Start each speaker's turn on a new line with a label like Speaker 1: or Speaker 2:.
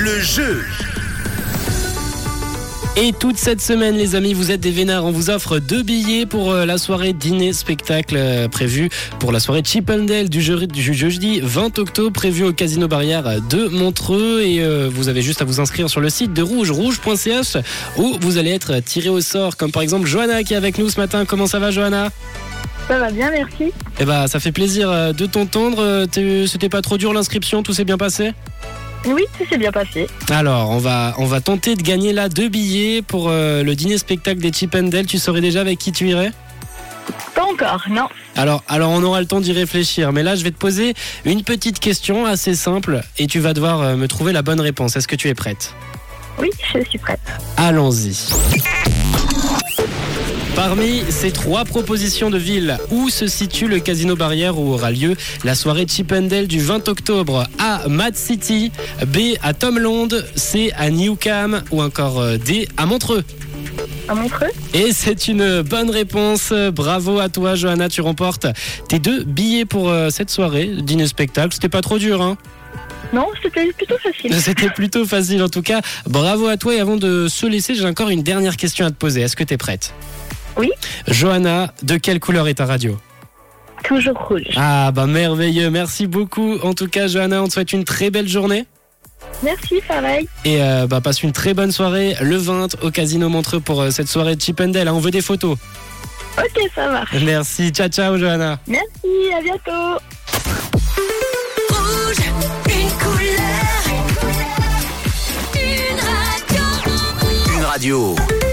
Speaker 1: le jeu.
Speaker 2: Et toute cette semaine, les amis, vous êtes des vénards. On vous offre 2 billets pour la soirée dîner-spectacle prévue pour la soirée Chip and Dale du jeudi 20 octobre, prévue au Casino Barrière de Montreux. Et vous avez juste à vous inscrire sur le site de Rouge, rouge.ch, où vous allez être tiré au sort, comme par exemple Johanna qui est avec nous ce matin. Comment ça va, Johanna ?
Speaker 3: Ça va bien, merci.
Speaker 2: Eh ben, ça fait plaisir de t'entendre. C'était pas trop dur l'inscription, tout s'est bien passé ?
Speaker 3: Oui, ça s'est bien passé. Alors,
Speaker 2: on va tenter de gagner là 2 billets pour le dîner-spectacle des Chip and Dale. Tu saurais déjà avec qui tu irais ?
Speaker 3: Pas encore, non.
Speaker 2: Alors on aura le temps d'y réfléchir. Mais là, je vais te poser une petite question assez simple et tu vas devoir me trouver la bonne réponse. Est-ce que tu es prête ?
Speaker 3: Oui, je suis prête.
Speaker 2: Allons-y. Parmi ces 3 propositions de villes, où se situe le Casino Barrière où aura lieu la soirée Chip and Dale du 20 octobre ? A. Mad City, B. à Tomelond, C. à Newcam ou encore D. à Montreux ?
Speaker 3: À Montreux ?
Speaker 2: Et c'est une bonne réponse. Bravo à toi, Johanna. Tu remportes tes 2 billets pour cette soirée dîner-spectacle. C'était pas trop dur, hein ?
Speaker 3: Non, c'était plutôt facile.
Speaker 2: C'était plutôt facile en tout cas. Bravo à toi et avant de se laisser, j'ai encore une dernière question à te poser. Est-ce que tu es prête ?
Speaker 3: Oui.
Speaker 2: Johanna, de quelle couleur est ta radio ?
Speaker 3: Toujours rouge.
Speaker 2: Ah bah merveilleux, merci beaucoup. En tout cas, Johanna, on te souhaite une très belle journée.
Speaker 3: Merci, pareil.
Speaker 2: Et passe une très bonne soirée le 20 au Casino Montreux pour cette soirée de Chip and Dale. On veut des photos.
Speaker 3: Ok, ça marche.
Speaker 2: Merci, ciao ciao Johanna.
Speaker 3: Merci, à bientôt.
Speaker 4: Rouge, une couleur, une radio.
Speaker 1: Une radio.